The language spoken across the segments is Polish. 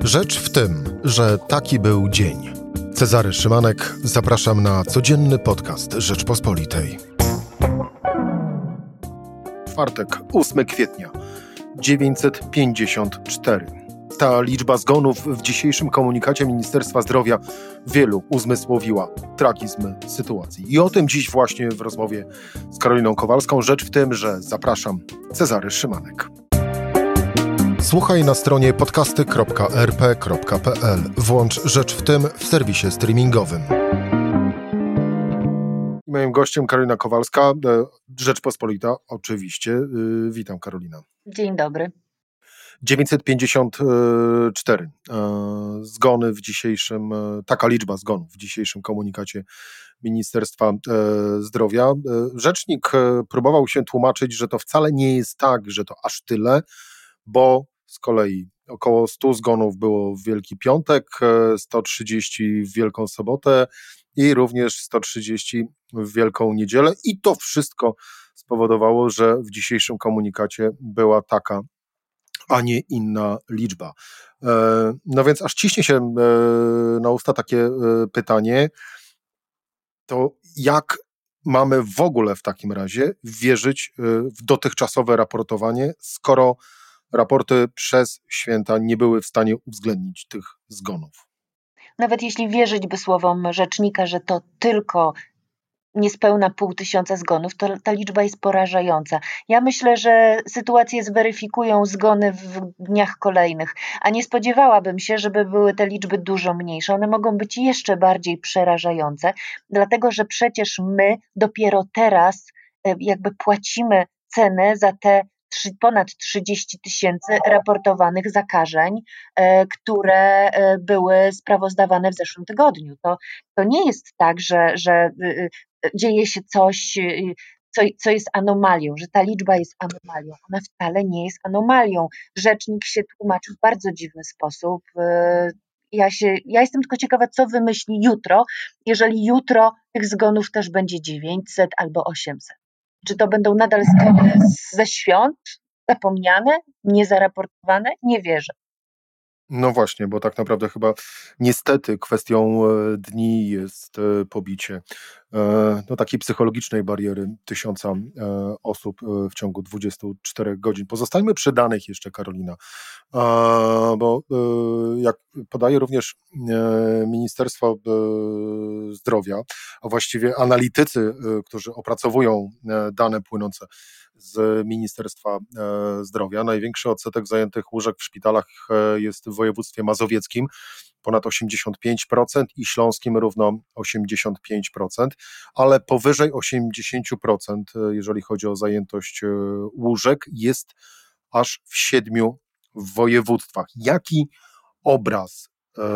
Rzecz w tym, że taki był dzień. Cezary Szymanek, zapraszam na codzienny podcast Rzeczpospolitej. Czwartek, 8 kwietnia, 954. Ta liczba zgonów w dzisiejszym komunikacie Ministerstwa Zdrowia wielu uzmysłowiła tragizm sytuacji. I o tym dziś właśnie w rozmowie z Karoliną Kowalską. Rzecz w tym, że zapraszam, Cezary Szymanek. Słuchaj na stronie podcasty.rp.pl. Włącz Rzecz w tym w serwisie streamingowym. Moim gościem Karolina Kowalska, Rzeczpospolita, oczywiście. Witam, Karolina. Dzień dobry. 954 zgony w dzisiejszym, taka liczba zgonów w dzisiejszym komunikacie Ministerstwa Zdrowia. Rzecznik próbował się tłumaczyć, że to wcale nie jest tak, że to aż tyle, bo z kolei około 100 zgonów było w Wielki Piątek, 130 w Wielką Sobotę i również 130 w Wielką Niedzielę. I to wszystko spowodowało, że w dzisiejszym komunikacie była taka, a nie inna liczba. No więc aż ciśnie się na usta takie pytanie, to jak mamy w ogóle w takim razie wierzyć w dotychczasowe raportowanie, skoro raporty przez święta nie były w stanie uwzględnić tych zgonów? Nawet jeśli wierzyć by słowom rzecznika, że to tylko niespełna 500 zgonów, to ta liczba jest porażająca. Ja myślę, że sytuację zweryfikują zgony w dniach kolejnych, a nie spodziewałabym się, żeby były te liczby dużo mniejsze. One mogą być jeszcze bardziej przerażające, dlatego że przecież my dopiero teraz jakby płacimy cenę za te ponad 30 000 raportowanych zakażeń, które były sprawozdawane w zeszłym tygodniu. To nie jest tak, że dzieje się coś, co jest anomalią, że ta liczba jest anomalią. Ona wcale nie jest anomalią. Rzecznik się tłumaczy w bardzo dziwny sposób. Ja jestem tylko ciekawa, co wymyśli jutro, jeżeli jutro tych zgonów też będzie 900 albo 800. Czy to będą nadal zgony ze świąt, zapomniane, niezaraportowane? Nie wierzę. No właśnie, bo tak naprawdę chyba niestety kwestią dni jest pobicie takiej psychologicznej bariery 1000 osób w ciągu 24 godzin. Pozostańmy przy danych jeszcze, Karolina, bo jak podaje również Ministerstwo Zdrowia, a właściwie analitycy, którzy opracowują dane płynące z Ministerstwa Zdrowia. Największy odsetek zajętych łóżek w szpitalach jest w województwie mazowieckim, ponad 85% i śląskim równo 85%, ale powyżej 80%, jeżeli chodzi o zajętość łóżek, jest aż w 7 województwach. Jaki obraz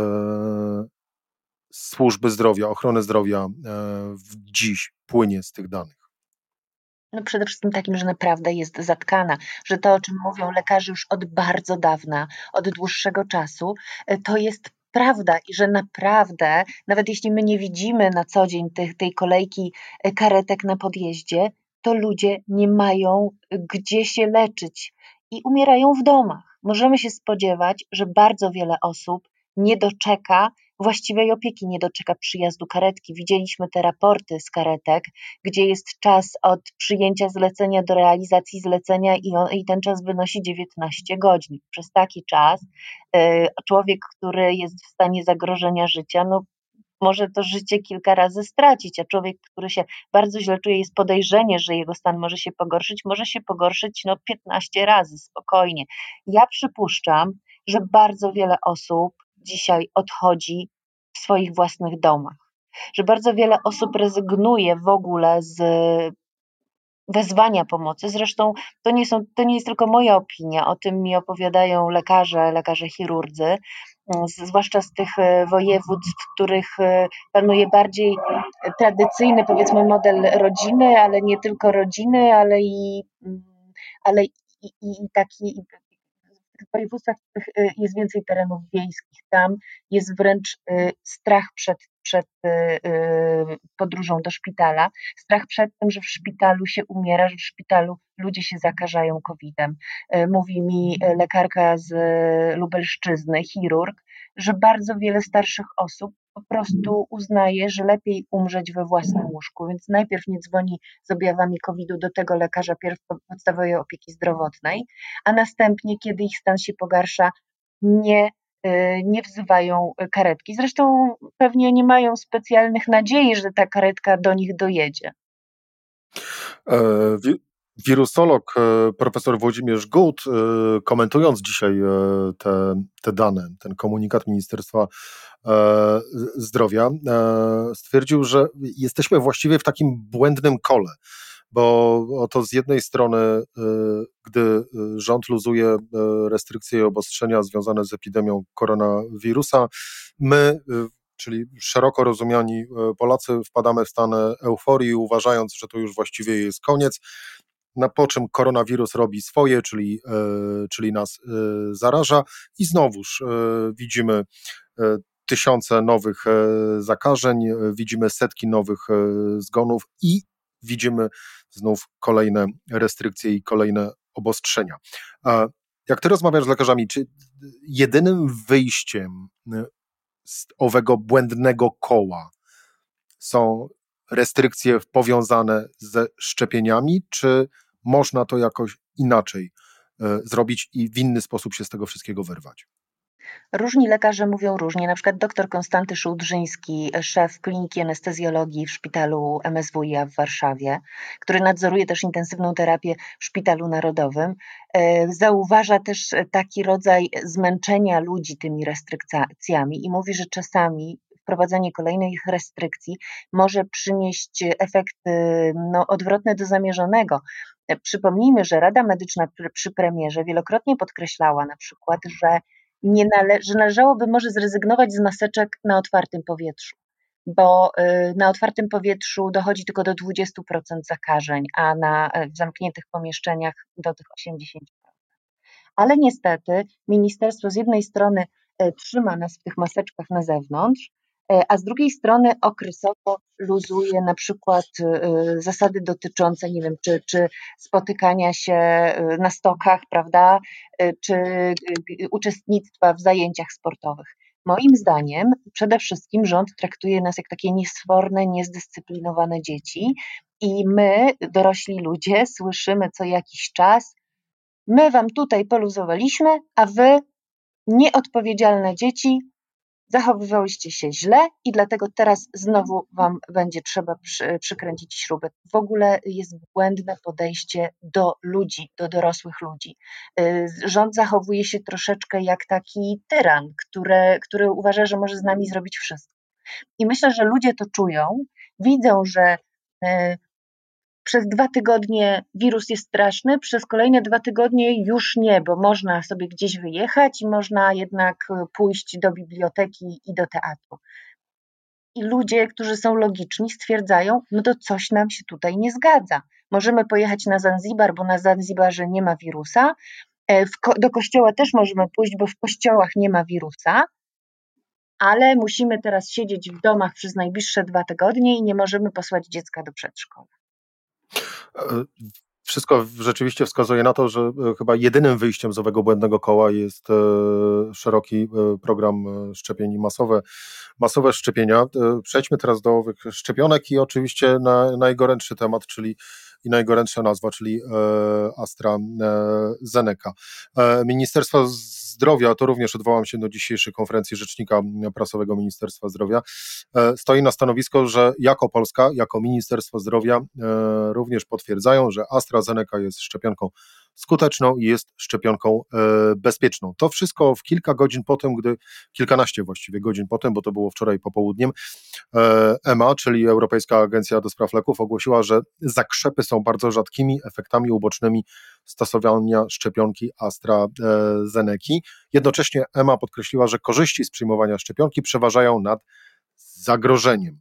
służby zdrowia, ochrony zdrowia dziś płynie z tych danych? No przede wszystkim takim, że naprawdę jest zatkana, że to, o czym mówią lekarze już od bardzo dawna, od dłuższego czasu, to jest prawda i że naprawdę, nawet jeśli my nie widzimy na co dzień tej kolejki karetek na podjeździe, to ludzie nie mają gdzie się leczyć i umierają w domach. Możemy się spodziewać, że bardzo wiele osób nie doczeka właściwej opieki, nie doczeka przyjazdu karetki. Widzieliśmy te raporty z karetek, gdzie jest czas od przyjęcia zlecenia do realizacji zlecenia i ten czas wynosi 19 godzin. Przez taki czas człowiek, który jest w stanie zagrożenia życia, może to życie kilka razy stracić, a człowiek, który się bardzo źle czuje, jest podejrzenie, że jego stan może się pogorszyć 15 razy spokojnie. Ja przypuszczam, że bardzo wiele osób dzisiaj odchodzi w swoich własnych domach, że bardzo wiele osób rezygnuje w ogóle z wezwania pomocy. Zresztą to nie jest tylko moja opinia, o tym mi opowiadają lekarze chirurdzy, zwłaszcza z tych województw, w których panuje bardziej tradycyjny, powiedzmy, model rodziny, ale nie tylko rodziny, ale i taki w tych województwach, w których jest więcej terenów wiejskich. Tam jest wręcz strach przed podróżą do szpitala, strach przed tym, że w szpitalu się umiera, że w szpitalu ludzie się zakażają COVID-em. Mówi mi lekarka z Lubelszczyzny, chirurg, że bardzo wiele starszych osób po prostu uznaje, że lepiej umrzeć we własnym łóżku, więc najpierw nie dzwoni z objawami COVID-u do tego lekarza podstawowej opieki zdrowotnej, a następnie, kiedy ich stan się pogarsza, nie wzywają karetki. Zresztą pewnie nie mają specjalnych nadziei, że ta karetka do nich dojedzie. Wirusolog profesor Włodzimierz Gut, komentując dzisiaj te dane, ten komunikat Ministerstwa Zdrowia, stwierdził, że jesteśmy właściwie w takim błędnym kole, bo oto z jednej strony, gdy rząd luzuje restrykcje i obostrzenia związane z epidemią koronawirusa, my, czyli szeroko rozumiani Polacy, wpadamy w stan euforii, uważając, że to już właściwie jest koniec, po czym koronawirus robi swoje, czyli nas zaraża i znowuż widzimy tysiące nowych zakażeń, widzimy setki nowych zgonów i widzimy znów kolejne restrykcje i kolejne obostrzenia. Jak ty rozmawiasz z lekarzami, czy jedynym wyjściem z owego błędnego koła są restrykcje powiązane ze szczepieniami, czy można to jakoś inaczej zrobić i w inny sposób się z tego wszystkiego wyrwać? Różni lekarze mówią różnie. Na przykład dr Konstanty Szułdrzyński, szef Kliniki Anestezjologii w szpitalu MSWiA w Warszawie, który nadzoruje też intensywną terapię w Szpitalu Narodowym, zauważa też taki rodzaj zmęczenia ludzi tymi restrykcjami i mówi, że czasami wprowadzenie kolejnych restrykcji może przynieść efekt odwrotny do zamierzonego. Przypomnijmy, że Rada Medyczna przy premierze wielokrotnie podkreślała na przykład, że że należałoby może zrezygnować z maseczek na otwartym powietrzu, bo na otwartym powietrzu dochodzi tylko do 20% zakażeń, a w zamkniętych pomieszczeniach do tych 80%. Ale niestety ministerstwo z jednej strony trzyma nas w tych maseczkach na zewnątrz, a z drugiej strony okresowo luzuje na przykład zasady dotyczące, nie wiem, czy spotykania się na stokach, prawda, czy uczestnictwa w zajęciach sportowych. Moim zdaniem przede wszystkim rząd traktuje nas jak takie niesforne, niezdyscyplinowane dzieci i my, dorośli ludzie, słyszymy co jakiś czas: my wam tutaj poluzowaliśmy, a wy, nieodpowiedzialne dzieci, zachowywałyście się źle i dlatego teraz znowu wam będzie trzeba przykręcić śrubę. W ogóle jest błędne podejście do ludzi, do dorosłych ludzi. Rząd zachowuje się troszeczkę jak taki tyran, który uważa, że może z nami zrobić wszystko. I myślę, że ludzie to czują, widzą, że przez 2 tygodnie wirus jest straszny, przez kolejne 2 tygodnie już nie, bo można sobie gdzieś wyjechać i można jednak pójść do biblioteki i do teatru. I ludzie, którzy są logiczni, stwierdzają, no to coś nam się tutaj nie zgadza. Możemy pojechać na Zanzibar, bo na Zanzibarze nie ma wirusa. Do kościoła też możemy pójść, bo w kościołach nie ma wirusa, ale musimy teraz siedzieć w domach przez najbliższe 2 tygodnie i nie możemy posłać dziecka do przedszkola. Wszystko rzeczywiście wskazuje na to, że chyba jedynym wyjściem z owego błędnego koła jest szeroki program szczepień i masowe szczepienia. Przejdźmy teraz do owych szczepionek i oczywiście najgorętszy temat, i najgorętsza nazwa, czyli AstraZeneca. Ministerstwo Zdrowia, to również odwołam się do dzisiejszej konferencji rzecznika prasowego Ministerstwa Zdrowia, stoi na stanowisko, że jako Polska, jako Ministerstwo Zdrowia również potwierdzają, że AstraZeneca jest szczepionką skuteczną i jest szczepionką bezpieczną. To wszystko w kilkanaście właściwie godzin potem, bo to było wczoraj popołudniem, EMA, czyli Europejska Agencja do Spraw Leków, ogłosiła, że zakrzepy są bardzo rzadkimi efektami ubocznymi stosowania szczepionki AstraZeneca. Jednocześnie EMA podkreśliła, że korzyści z przyjmowania szczepionki przeważają nad zagrożeniem.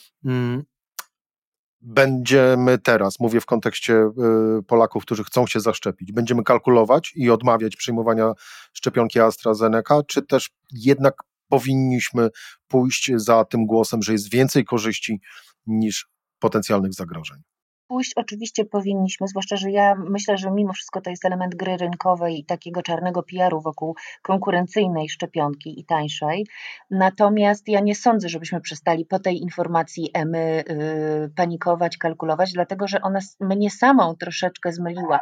Będziemy teraz, mówię w kontekście Polaków, którzy chcą się zaszczepić, będziemy kalkulować i odmawiać przyjmowania szczepionki AstraZeneca, czy też jednak powinniśmy pójść za tym głosem, że jest więcej korzyści niż potencjalnych zagrożeń? Pójść oczywiście powinniśmy, zwłaszcza, że ja myślę, że mimo wszystko to jest element gry rynkowej i takiego czarnego PR-u wokół konkurencyjnej szczepionki i tańszej. Natomiast ja nie sądzę, żebyśmy przestali po tej informacji EMA panikować, kalkulować, dlatego że ona mnie samą troszeczkę zmyliła.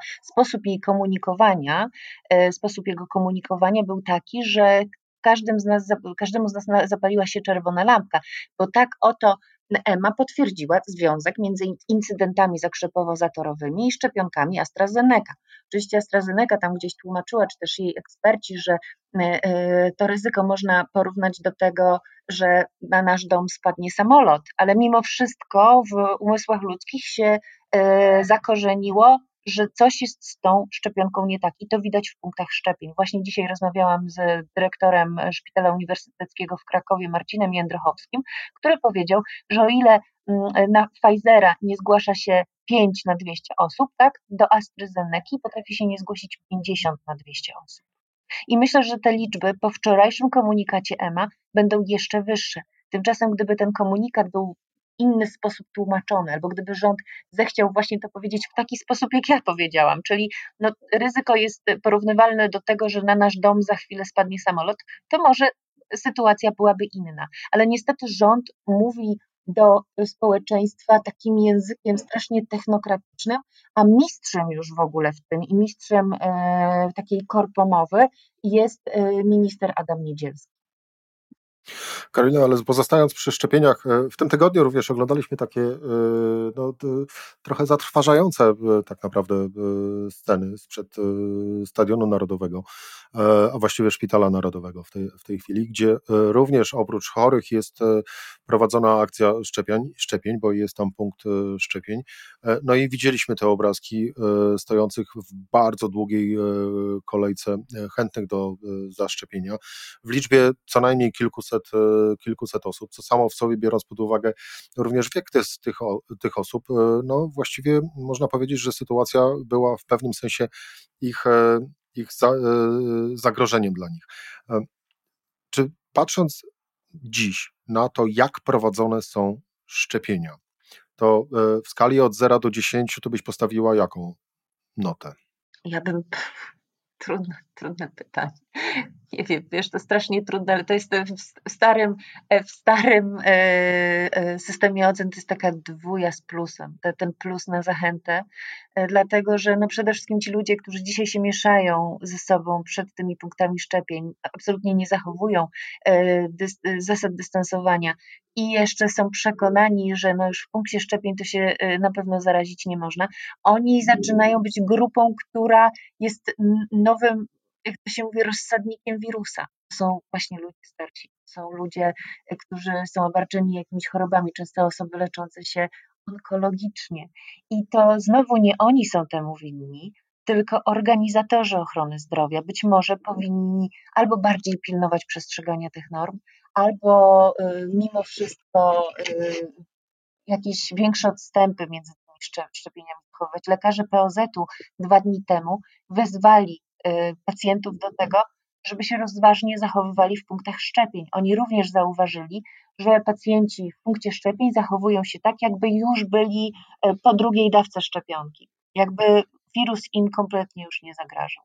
Sposób jego komunikowania był taki, że każdemu z nas zapaliła się czerwona lampka, bo tak oto EMA potwierdziła związek między incydentami zakrzepowo-zatorowymi i szczepionkami AstraZeneca. Oczywiście AstraZeneca tam gdzieś tłumaczyła, czy też jej eksperci, że to ryzyko można porównać do tego, że na nasz dom spadnie samolot, ale mimo wszystko w umysłach ludzkich się zakorzeniło, że coś jest z tą szczepionką nie tak i to widać w punktach szczepień. Właśnie dzisiaj rozmawiałam z dyrektorem Szpitala Uniwersyteckiego w Krakowie, Marcinem Jędrochowskim, który powiedział, że o ile na Pfizera nie zgłasza się 5 na 200 osób, tak, do AstraZeneca potrafi się nie zgłosić 50 na 200 osób. I myślę, że te liczby po wczorajszym komunikacie EMA będą jeszcze wyższe. Tymczasem, gdyby ten komunikat był w inny sposób tłumaczony, albo gdyby rząd zechciał właśnie to powiedzieć w taki sposób, jak ja powiedziałam, czyli no, ryzyko jest porównywalne do tego, że na nasz dom za chwilę spadnie samolot, to może sytuacja byłaby inna. Ale niestety rząd mówi do społeczeństwa takim językiem strasznie technokratycznym, a mistrzem już w ogóle w tym i mistrzem takiej korpomowy jest minister Adam Niedzielski. Karolina, ale pozostając przy szczepieniach, w tym tygodniu również oglądaliśmy takie no, trochę zatrważające tak naprawdę sceny sprzed Stadionu Narodowego, a właściwie Szpitala Narodowego w tej chwili, gdzie również oprócz chorych jest prowadzona akcja szczepień, bo jest tam punkt szczepień. No i widzieliśmy te obrazki stojących w bardzo długiej kolejce chętnych do zaszczepienia, w liczbie co najmniej kilkuset osób, co samo w sobie, biorąc pod uwagę również wiek tych osób, no właściwie można powiedzieć, że sytuacja była w pewnym sensie ich, zagrożeniem dla nich. Czy patrząc dziś na to, jak prowadzone są szczepienia, to w skali od 0 do 10 to byś postawiła jaką notę? Ja bym trudne pytanie. Nie wiem, wiesz, to strasznie trudne, ale to jest w starym systemie ocen to jest taka dwuja z plusem, ten plus na zachętę, dlatego że no przede wszystkim ci ludzie, którzy dzisiaj się mieszają ze sobą przed tymi punktami szczepień, absolutnie nie zachowują zasad dystansowania i jeszcze są przekonani, że no już w punkcie szczepień to się na pewno zarazić nie można. Oni zaczynają być grupą, która jest nowym, jak to się mówi, rozsadnikiem wirusa. To są właśnie ludzie starsi, są ludzie, którzy są obarczeni jakimiś chorobami, często osoby leczące się onkologicznie. I to znowu nie oni są temu winni, tylko organizatorzy ochrony zdrowia. Być może powinni albo bardziej pilnować przestrzegania tych norm, albo mimo wszystko jakieś większe odstępy między tymi szczepieniami zachowywać. Lekarze POZ-u 2 dni temu wezwali pacjentów do tego, żeby się rozważnie zachowywali w punktach szczepień. Oni również zauważyli, że pacjenci w punkcie szczepień zachowują się tak, jakby już byli po drugiej dawce szczepionki. Jakby wirus im kompletnie już nie zagrażał.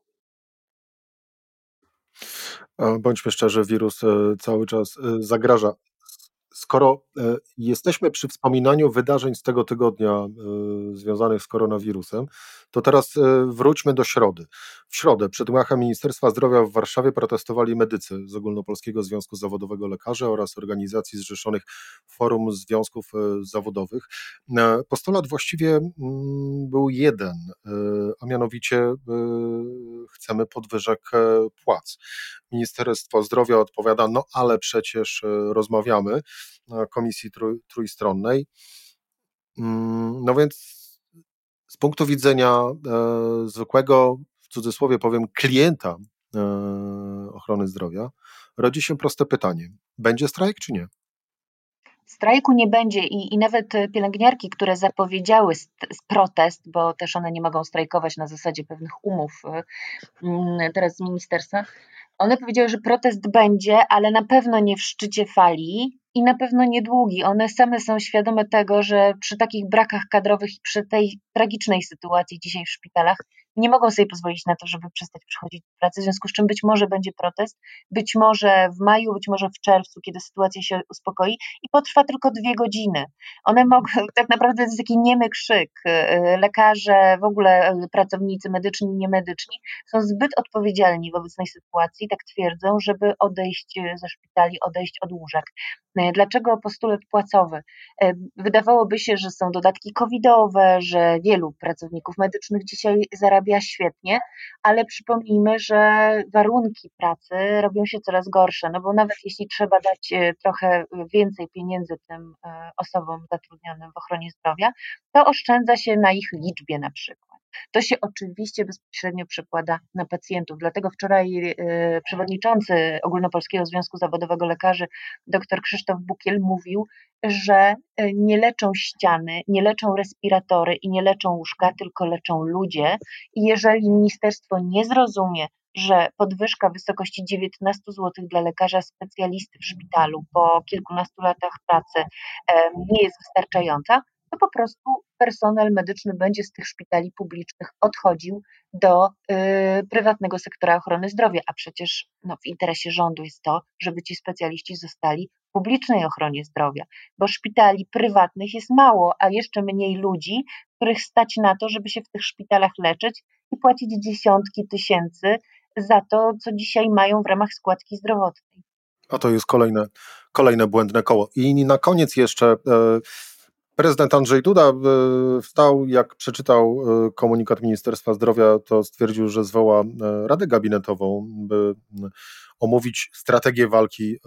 Bądźmy szczerzy, wirus cały czas zagraża. Skoro jesteśmy przy wspominaniu wydarzeń z tego tygodnia związanych z koronawirusem, to teraz wróćmy do środy. W środę przed gmachem Ministerstwa Zdrowia w Warszawie protestowali medycy z Ogólnopolskiego Związku Zawodowego Lekarzy oraz organizacji zrzeszonych w Forum Związków Zawodowych. Postulat właściwie był jeden, a mianowicie chcemy podwyżek płac. Ministerstwo Zdrowia odpowiada, no ale przecież rozmawiamy na komisji trójstronnej. No więc z punktu widzenia zwykłego, w cudzysłowie powiem, klienta ochrony zdrowia, rodzi się proste pytanie: będzie strajk czy nie? Strajku nie będzie i nawet pielęgniarki, które zapowiedziały protest, bo też one nie mogą strajkować na zasadzie pewnych umów teraz z ministerstwa, One powiedziały, że protest będzie, ale na pewno nie w szczycie fali i na pewno niedługi. One same są świadome tego, że przy takich brakach kadrowych i przy tej tragicznej sytuacji dzisiaj w szpitalach nie mogą sobie pozwolić na to, żeby przestać przychodzić do pracy, w związku z czym być może będzie protest, być może w maju, być może w czerwcu, kiedy sytuacja się uspokoi i potrwa tylko 2 godziny. One mogą, tak naprawdę to jest taki niemy krzyk. Lekarze, w ogóle pracownicy medyczni i niemedyczni są zbyt odpowiedzialni w obecnej sytuacji, tak twierdzą, żeby odejść ze szpitali, odejść od łóżek. Dlaczego postulat płacowy? Wydawałoby się, że są dodatki covidowe, że wielu pracowników medycznych dzisiaj zarabia świetnie, ale przypomnijmy, że warunki pracy robią się coraz gorsze, no bo nawet jeśli trzeba dać trochę więcej pieniędzy tym osobom zatrudnionym w ochronie zdrowia, to oszczędza się na ich liczbie na przykład. To się oczywiście bezpośrednio przekłada na pacjentów. Dlatego wczoraj przewodniczący Ogólnopolskiego Związku Zawodowego Lekarzy dr Krzysztof Bukiel mówił, że nie leczą ściany, nie leczą respiratory i nie leczą łóżka, tylko leczą ludzie. I jeżeli ministerstwo nie zrozumie, że podwyżka w wysokości 19 zł dla lekarza specjalisty w szpitalu po kilkunastu latach pracy nie jest wystarczająca, to po prostu personel medyczny będzie z tych szpitali publicznych odchodził do prywatnego sektora ochrony zdrowia, a przecież w interesie rządu jest to, żeby ci specjaliści zostali w publicznej ochronie zdrowia, bo szpitali prywatnych jest mało, a jeszcze mniej ludzi, których stać na to, żeby się w tych szpitalach leczyć i płacić dziesiątki tysięcy za to, co dzisiaj mają w ramach składki zdrowotnej. A to jest kolejne błędne koło. I na koniec jeszcze prezydent Andrzej Duda wstał, jak przeczytał komunikat Ministerstwa Zdrowia, to stwierdził, że zwoła Radę Gabinetową, by omówić strategię walki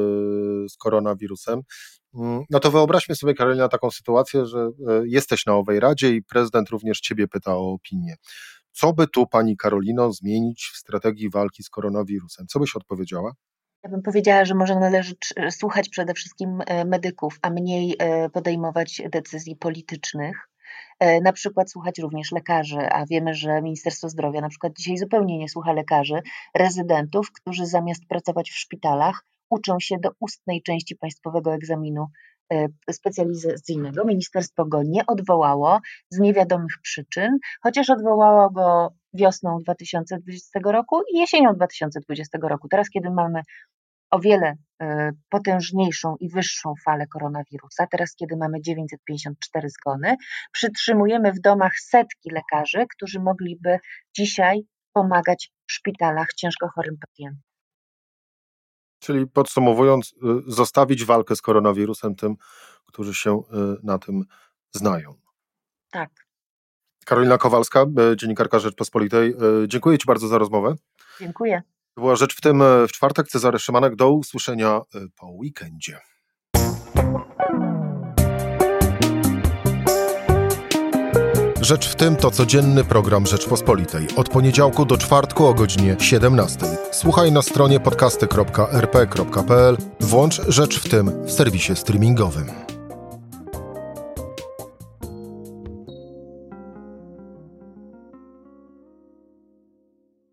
z koronawirusem. No to wyobraźmy sobie, Karolina, taką sytuację, że jesteś na owej Radzie i prezydent również ciebie pyta o opinię. Co by tu, pani Karolino, zmienić w strategii walki z koronawirusem? Co byś odpowiedziała? Ja bym powiedziała, że może należy słuchać przede wszystkim medyków, a mniej podejmować decyzji politycznych. Na przykład słuchać również lekarzy, a wiemy, że Ministerstwo Zdrowia na przykład dzisiaj zupełnie nie słucha lekarzy, rezydentów, którzy zamiast pracować w szpitalach uczą się do ustnej części państwowego egzaminu specjalizacyjnego. Ministerstwo go nie odwołało z niewiadomych przyczyn, chociaż odwołało go wiosną 2020 roku i jesienią 2020 roku. Teraz, kiedy mamy o wiele potężniejszą i wyższą falę koronawirusa, teraz kiedy mamy 954 zgony, przytrzymujemy w domach setki lekarzy, którzy mogliby dzisiaj pomagać w szpitalach ciężko chorym pacjentom. Czyli podsumowując, zostawić walkę z koronawirusem tym, którzy się na tym znają. Tak. Karolina Kowalska, dziennikarka Rzeczpospolitej. Dziękuję ci bardzo za rozmowę. Dziękuję. To była Rzecz w tym w czwartek. Cezary Szymanek. Do usłyszenia po weekendzie. Rzecz w tym to codzienny program Rzeczpospolitej. Od poniedziałku do czwartku o godzinie 17. Słuchaj na stronie podcasty.rp.pl. Włącz Rzecz w tym w serwisie streamingowym.